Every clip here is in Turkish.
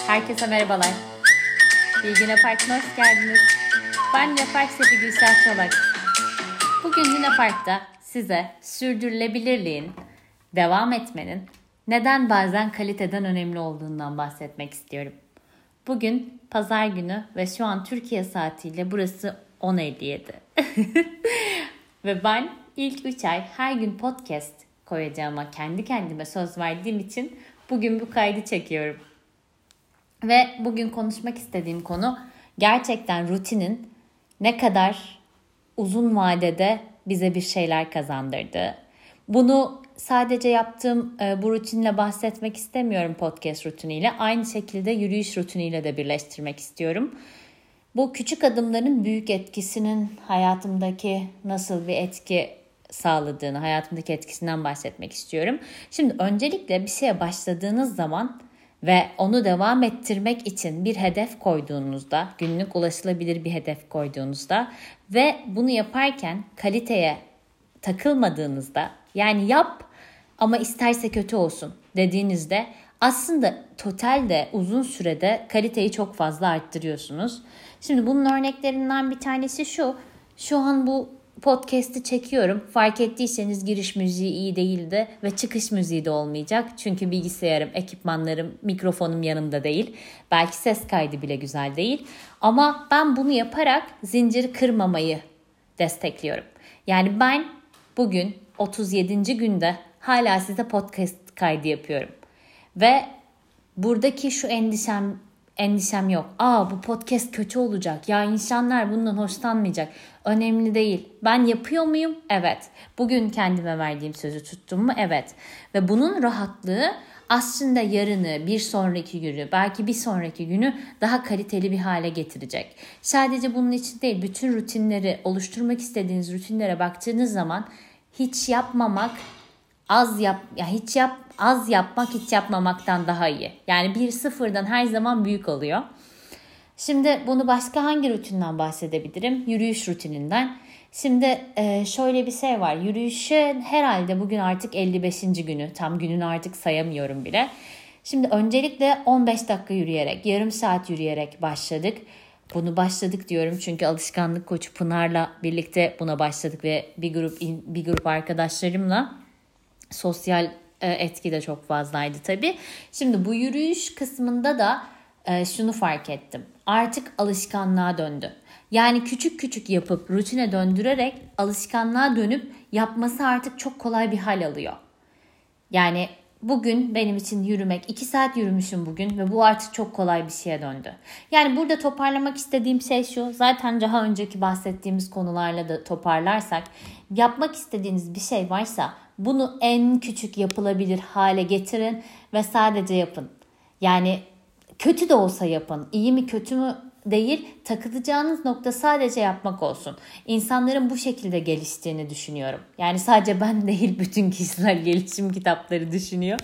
Herkese merhabalar. Bilgine Park'ına hoş geldiniz. Ben Luna Park Şefi Gülşah Çolak. Bugün Luna Park'ta size sürdürülebilirliğin, devam etmenin neden bazen kaliteden önemli olduğundan bahsetmek istiyorum. Bugün pazar günü ve şu an Türkiye saatiyle burası 10:57. Ve ben ilk 3 ay her gün podcast koyacağıma kendi kendime söz verdiğim için bugün bu kaydı çekiyorum. Ve bugün konuşmak istediğim konu gerçekten rutinin ne kadar uzun vadede bize bir şeyler kazandırdığı. Bunu sadece yaptığım bu rutinle bahsetmek istemiyorum, podcast rutiniyle. Aynı şekilde yürüyüş rutiniyle de birleştirmek istiyorum. Bu küçük adımların büyük etkisinin hayatımdaki nasıl bir etki sağladığını, hayatımdaki etkisinden bahsetmek istiyorum. Şimdi öncelikle bir şeye başladığınız zaman ve onu devam ettirmek için bir hedef koyduğunuzda, günlük ulaşılabilir bir hedef koyduğunuzda ve bunu yaparken kaliteye takılmadığınızda, yani yap ama isterse kötü olsun dediğinizde aslında totalde uzun sürede kaliteyi çok fazla arttırıyorsunuz. Şimdi bunun örneklerinden bir tanesi şu. Şu an bu podcast'i çekiyorum. Fark ettiyseniz giriş müziği iyi değildi ve çıkış müziği de olmayacak. Çünkü bilgisayarım, ekipmanlarım, mikrofonum yanımda değil. Belki ses kaydı bile güzel değil. Ama ben bunu yaparak zinciri kırmamayı destekliyorum. Yani ben bugün 37. günde hala size podcast kaydı yapıyorum. Ve buradaki şu endişem yok. Bu podcast kötü olacak. Ya insanlar bundan hoşlanmayacak. Önemli değil. Ben yapıyor muyum? Evet. Bugün kendime verdiğim sözü tuttum mu? Evet. Ve bunun rahatlığı aslında yarını, bir sonraki günü, belki bir sonraki günü daha kaliteli bir hale getirecek. Sadece bunun için değil, bütün rutinleri, oluşturmak istediğiniz rutinlere baktığınız zaman hiç yapmamak, az yapmak hiç yapmamaktan daha iyi. Yani bir sıfırdan her zaman büyük oluyor. Şimdi bunu başka hangi rutinden bahsedebilirim? Yürüyüş rutininden. Şimdi şöyle bir şey var. Yürüyüşe herhalde bugün artık 55. günü. Tam gününü artık sayamıyorum bile. Şimdi öncelikle 15 dakika yürüyerek, yarım saat yürüyerek başladık. Bunu başladık diyorum çünkü alışkanlık koçu Pınar'la birlikte buna başladık ve bir grup arkadaşlarımla. Sosyal etki de çok fazlaydı tabii. Şimdi bu yürüyüş kısmında da şunu fark ettim. Artık alışkanlığa döndü. Yani küçük küçük yapıp rutine döndürerek alışkanlığa dönüp yapması artık çok kolay bir hal alıyor. Yani bugün benim için yürümek, 2 saat yürümüşüm bugün ve bu artık çok kolay bir şeye döndü. Yani burada toparlamak istediğim şey şu. Zaten daha önceki bahsettiğimiz konularla da toparlarsak, yapmak istediğiniz bir şey varsa bunu en küçük yapılabilir hale getirin ve sadece yapın. Yani kötü de olsa yapın. İyi mi kötü mü değil, takılacağınız nokta sadece yapmak olsun. İnsanların bu şekilde geliştiğini düşünüyorum. Yani sadece ben değil, bütün kişisel gelişim kitapları düşünüyor.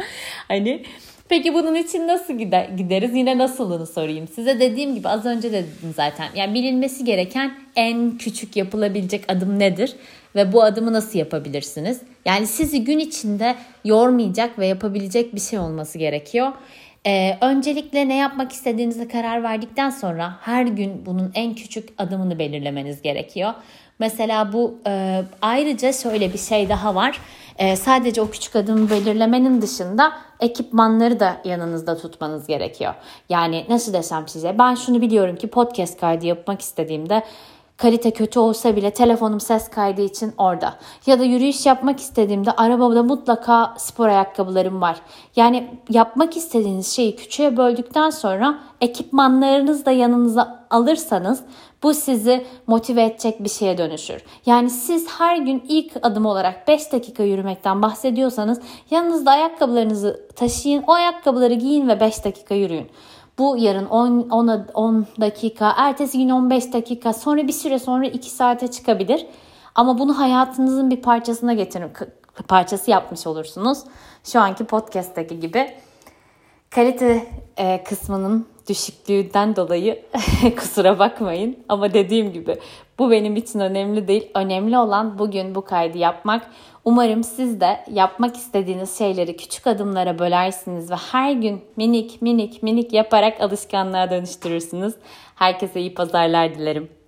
Peki bunun için nasıl gideriz? Yine nasılını sorayım. Size dediğim gibi az önce de dedim zaten. Yani bilinmesi gereken en küçük yapılabilecek adım nedir? Ve bu adımı nasıl yapabilirsiniz? Yani sizi gün içinde yormayacak ve yapabilecek bir şey olması gerekiyor. Öncelikle ne yapmak istediğinize karar verdikten sonra her gün bunun en küçük adımını belirlemeniz gerekiyor. Mesela bu ayrıca şöyle bir şey daha var. Sadece o küçük adımı belirlemenin dışında ekipmanları da yanınızda tutmanız gerekiyor. Yani nasıl desem size, ben şunu biliyorum ki podcast kaydı yapmak istediğimde kalite kötü olsa bile telefonum ses kaydı için orada. Ya da yürüyüş yapmak istediğimde arabamda mutlaka spor ayakkabılarım var. Yani yapmak istediğiniz şeyi küçüğe böldükten sonra ekipmanlarınızı da yanınıza alırsanız bu sizi motive edecek bir şeye dönüşür. Yani siz her gün ilk adım olarak 5 dakika yürümekten bahsediyorsanız yanınızda ayakkabılarınızı taşıyın, o ayakkabıları giyin ve 5 dakika yürüyün. Bu yarın 10 dakika, ertesi gün 15 dakika, sonra bir süre sonra 2 saate çıkabilir. Ama bunu hayatınızın bir parçasına getirin, parçası yapmış olursunuz. Şu anki podcast'taki gibi. Kalite kısmının düşüklüğünden dolayı kusura bakmayın. Ama dediğim gibi bu benim için önemli değil. Önemli olan bugün bu kaydı yapmak. Umarım siz de yapmak istediğiniz şeyleri küçük adımlara bölersiniz ve her gün minik minik minik yaparak alışkanlığa dönüştürürsünüz. Herkese iyi pazarlar dilerim.